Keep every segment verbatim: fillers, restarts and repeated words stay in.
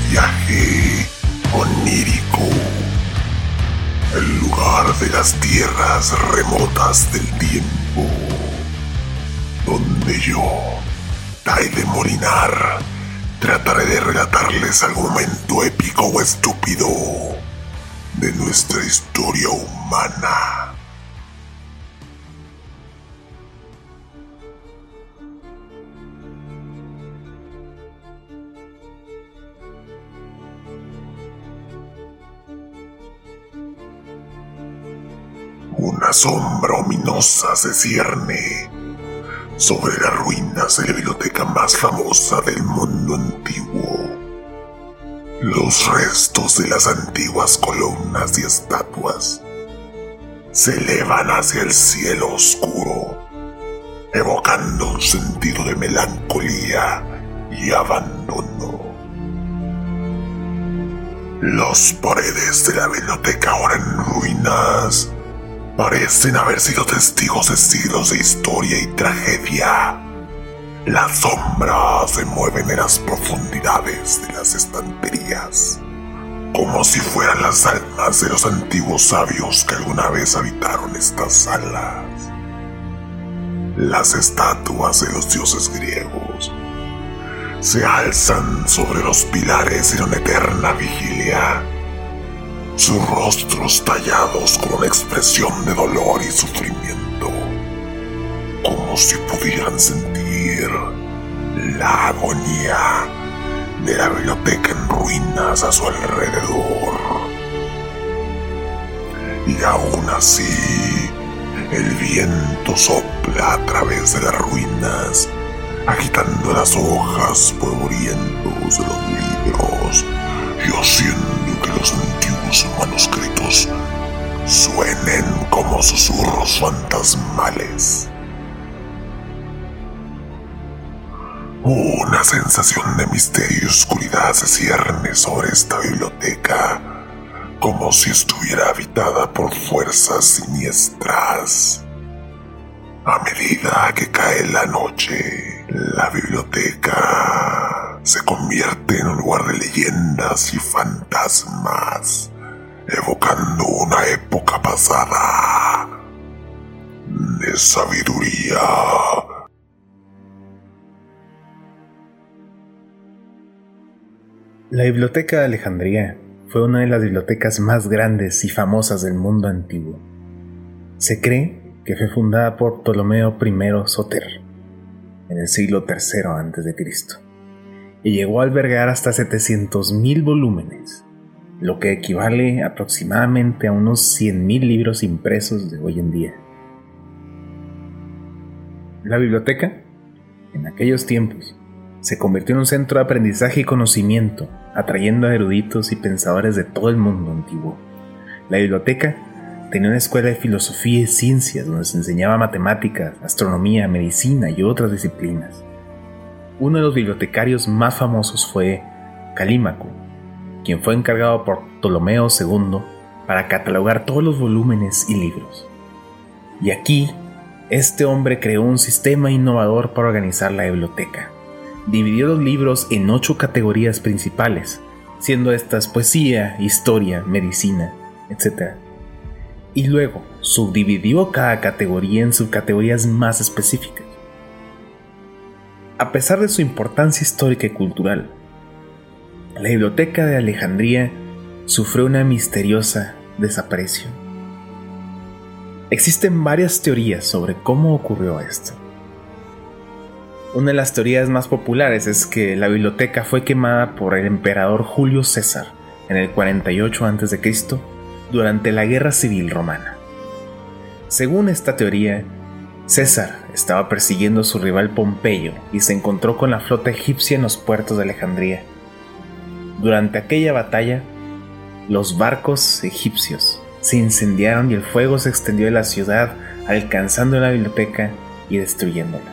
viaje onírico, el lugar de las tierras remotas del tiempo, donde yo, Tai de Molinar, trataré de relatarles algún momento épico o estúpido de nuestra historia humana. Una sombra ominosa se cierne sobre las ruinas de la biblioteca más famosa del mundo antiguo. Los restos de las antiguas columnas y estatuas se elevan hacia el cielo oscuro, evocando un sentido de melancolía y abandono. Las paredes de la biblioteca, ahora en ruinas, parecen haber sido testigos de siglos de historia y tragedia. Las sombras se mueven en las profundidades de las estanterías, como si fueran las almas de los antiguos sabios que alguna vez habitaron estas salas. Las estatuas de los dioses griegos se alzan sobre los pilares en una eterna vigilia, sus rostros tallados con una expresión de dolor y sufrimiento, como si pudieran sentir la agonía de la biblioteca en ruinas a su alrededor. Y aún así, el viento sopla a través de las ruinas, agitando las hojas polvorientos de los libros y haciendo que los antiguos manuscritos suenen como susurros fantasmales. Una sensación de misterio y oscuridad se cierne sobre esta biblioteca, como si estuviera habitada por fuerzas siniestras. A medida que cae la noche, la biblioteca se convierte en un lugar de leyendas y fantasmas, evocando una época pasada de sabiduría. La Biblioteca de Alejandría fue una de las bibliotecas más grandes y famosas del mundo antiguo. Se cree que fue fundada por Ptolomeo I Sóter en el siglo tercero antes de Cristo y llegó a albergar hasta setecientos mil volúmenes, lo que equivale aproximadamente a unos cien mil libros impresos de hoy en día. La biblioteca, en aquellos tiempos, se convirtió en un centro de aprendizaje y conocimiento, atrayendo a eruditos y pensadores de todo el mundo antiguo. La biblioteca tenía una escuela de filosofía y ciencias donde se enseñaba matemáticas, astronomía, medicina y otras disciplinas. Uno de los bibliotecarios más famosos fue Calímaco, quien fue encargado por Ptolomeo segundo para catalogar todos los volúmenes y libros. Y aquí, este hombre creó un sistema innovador para organizar la biblioteca. Dividió los libros en ocho categorías principales, siendo estas poesía, historia, medicina, etcétera. Y luego subdividió cada categoría en subcategorías más específicas. A pesar de su importancia histórica y cultural, la Biblioteca de Alejandría sufrió una misteriosa desaparición. Existen varias teorías sobre cómo ocurrió esto. Una de las teorías más populares es que la biblioteca fue quemada por el emperador Julio César en el cuarenta y ocho antes de Cristo durante la Guerra Civil Romana. Según esta teoría, César estaba persiguiendo a su rival Pompeyo y se encontró con la flota egipcia en los puertos de Alejandría. Durante aquella batalla, los barcos egipcios se incendiaron y el fuego se extendió de la ciudad, alcanzando la biblioteca y destruyéndola.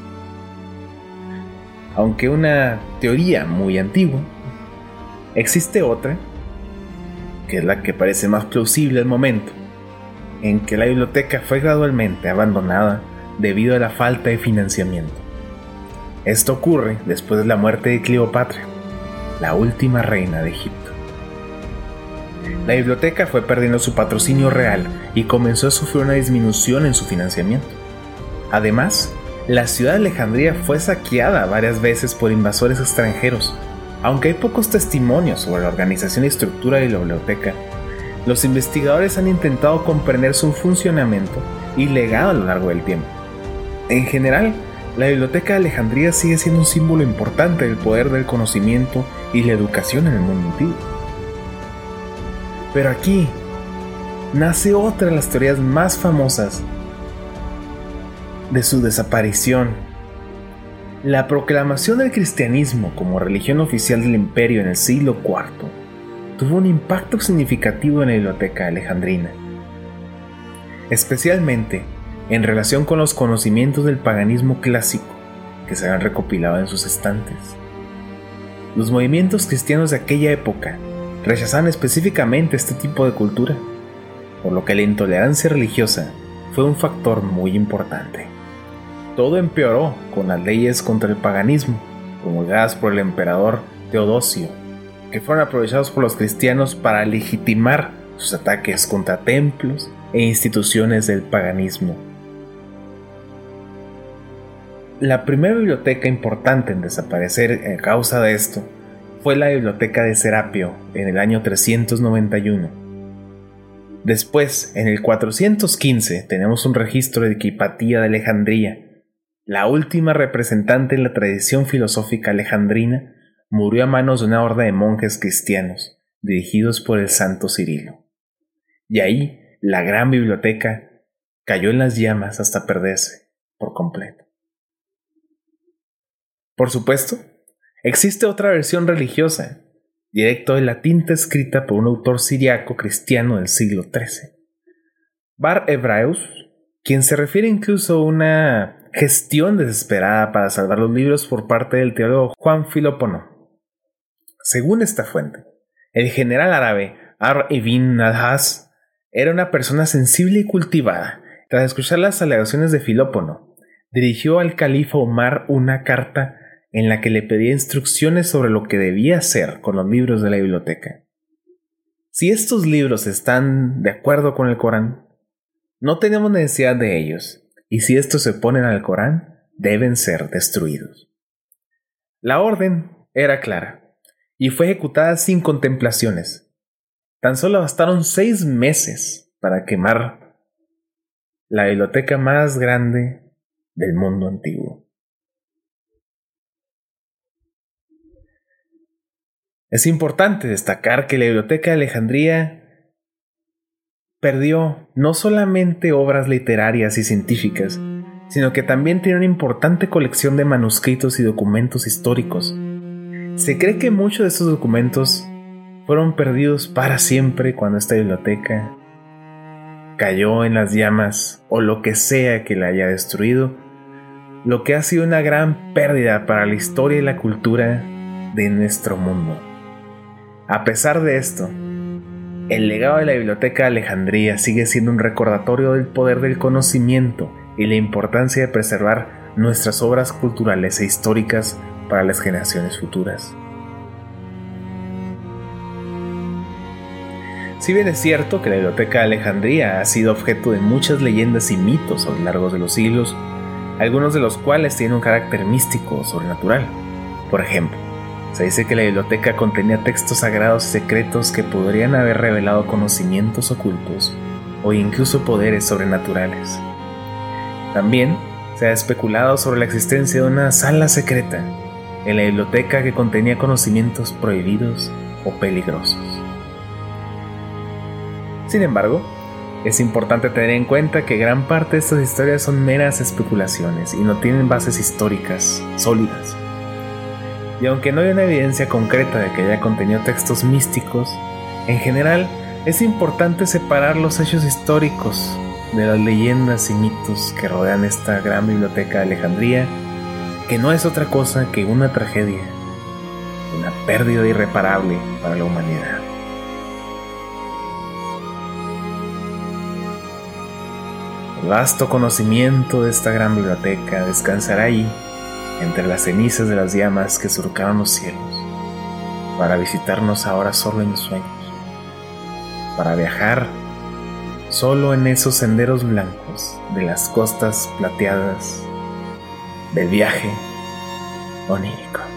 Aunque una teoría muy antigua, existe otra, que es la que parece más plausible al momento, en que la biblioteca fue gradualmente abandonada debido a la falta de financiamiento. Esto ocurre después de la muerte de Cleopatra, la última reina de Egipto. La biblioteca fue perdiendo su patrocinio real y comenzó a sufrir una disminución en su financiamiento. Además, la ciudad de Alejandría fue saqueada varias veces por invasores extranjeros. Aunque hay pocos testimonios sobre la organización y estructura de la biblioteca, los investigadores han intentado comprender su funcionamiento y legado a lo largo del tiempo. En general, la Biblioteca de Alejandría sigue siendo un símbolo importante del poder del conocimiento y la educación en el mundo antiguo. Pero aquí nace otra de las teorías más famosas de su desaparición. La proclamación del cristianismo como religión oficial del imperio en el siglo cuarto tuvo un impacto significativo en la Biblioteca Alejandrina, especialmente en relación con los conocimientos del paganismo clásico que se habían recopilado en sus estantes. Los movimientos cristianos de aquella época rechazaban específicamente este tipo de cultura, por lo que la intolerancia religiosa fue un factor muy importante. Todo empeoró con las leyes contra el paganismo, promulgadas por el emperador Teodosio, que fueron aprovechados por los cristianos para legitimar sus ataques contra templos e instituciones del paganismo. La primera biblioteca importante en desaparecer a causa de esto fue la biblioteca de Serapio en el año trescientos noventa y uno. Después, en el cuatrocientos quince, tenemos un registro de Hipatía de Alejandría. La última representante en la tradición filosófica alejandrina murió a manos de una horda de monjes cristianos, dirigidos por el santo Cirilo. Y ahí, la gran biblioteca cayó en las llamas hasta perderse por completo. Por supuesto, existe otra versión religiosa, directo del latín escrita por un autor siriaco cristiano del siglo trece, Bar Hebraeus, quien se refiere incluso a una gestión desesperada para salvar los libros por parte del teólogo Juan Filópono. Según esta fuente, el general árabe Ar ibn al-Has era una persona sensible y cultivada. Tras escuchar las alegaciones de Filópono, dirigió al califa Omar una carta en la que le pedía instrucciones sobre lo que debía hacer con los libros de la biblioteca. Si estos libros están de acuerdo con el Corán, no tenemos necesidad de ellos, y si estos se oponen al Corán, deben ser destruidos. La orden era clara, y fue ejecutada sin contemplaciones. Tan solo bastaron seis meses para quemar la biblioteca más grande del mundo antiguo. Es importante destacar que la Biblioteca de Alejandría perdió no solamente obras literarias y científicas, sino que también tiene una importante colección de manuscritos y documentos históricos. Se cree que muchos de estos documentos fueron perdidos para siempre cuando esta biblioteca cayó en las llamas o lo que sea que la haya destruido, lo que ha sido una gran pérdida para la historia y la cultura de nuestro mundo. A pesar de esto, el legado de la Biblioteca de Alejandría sigue siendo un recordatorio del poder del conocimiento y la importancia de preservar nuestras obras culturales e históricas para las generaciones futuras. Si bien es cierto que la Biblioteca de Alejandría ha sido objeto de muchas leyendas y mitos a lo largo de los siglos, algunos de los cuales tienen un carácter místico o sobrenatural. Por ejemplo, se dice que la biblioteca contenía textos sagrados y secretos que podrían haber revelado conocimientos ocultos o incluso poderes sobrenaturales. También se ha especulado sobre la existencia de una sala secreta en la biblioteca que contenía conocimientos prohibidos o peligrosos. Sin embargo, es importante tener en cuenta que gran parte de estas historias son meras especulaciones y no tienen bases históricas sólidas. Y aunque no hay una evidencia concreta de que haya contenido textos místicos, en general es importante separar los hechos históricos de las leyendas y mitos que rodean esta gran biblioteca de Alejandría, que no es otra cosa que una tragedia, una pérdida irreparable para la humanidad. El vasto conocimiento de esta gran biblioteca descansará ahí, entre las cenizas de las llamas que surcaron los cielos. para visitarnos ahora solo en sueños, para viajar solo en esos senderos blancos de las costas plateadas del viaje onírico.